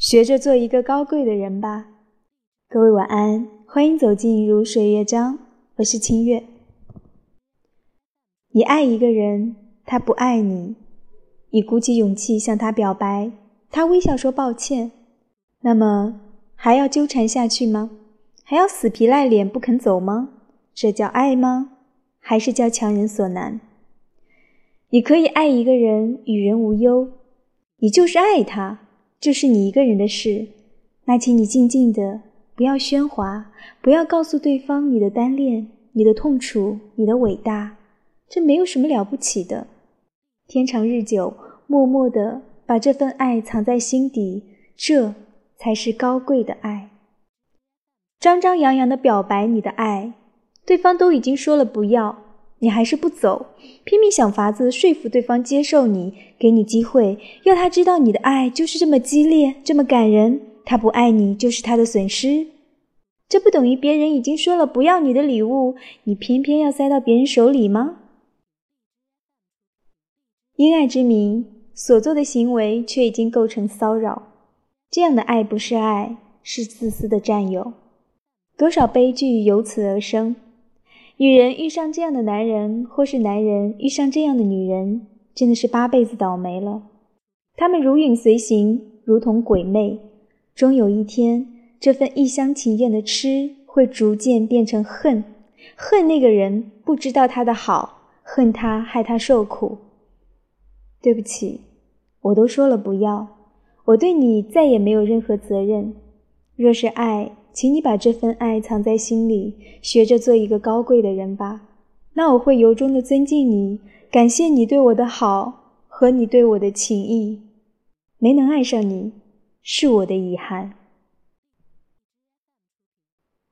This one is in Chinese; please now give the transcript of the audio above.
学着做一个高贵的人吧。各位晚安，欢迎走进如水乐章，我是清月。你爱一个人，他不爱你，你鼓起勇气向他表白，他微笑说抱歉，那么还要纠缠下去吗？还要死皮赖脸不肯走吗？这叫爱吗？还是叫强人所难？你可以爱一个人，与人无忧，你就是爱他，这是你一个人的事，那请你静静的，不要喧哗，不要告诉对方你的单恋，你的痛楚，你的伟大，这没有什么了不起的。天长日久，默默地把这份爱藏在心底，这才是高贵的爱。张张扬扬地表白你的爱，对方都已经说了不要，你还是不走，拼命想法子说服对方接受你，给你机会，要他知道你的爱就是这么激烈，这么感人，他不爱你就是他的损失。这不等于别人已经说了不要你的礼物，你偏偏要塞到别人手里吗？因爱之名所做的行为却已经构成骚扰，这样的爱不是爱，是自私的占有。多少悲剧由此而生，女人遇上这样的男人，或是男人遇上这样的女人，真的是8辈子倒霉了。他们如影随形，如同鬼魅，终有一天，这份一厢情愿的痴会逐渐变成恨，恨那个人不知道他的好，恨他害他受苦。对不起，我都说了不要，我对你再也没有任何责任。若是爱，请你把这份爱藏在心里，学着做一个高贵的人吧。那我会由衷的尊敬你，感谢你对我的好和你对我的情谊。没能爱上你，是我的遗憾。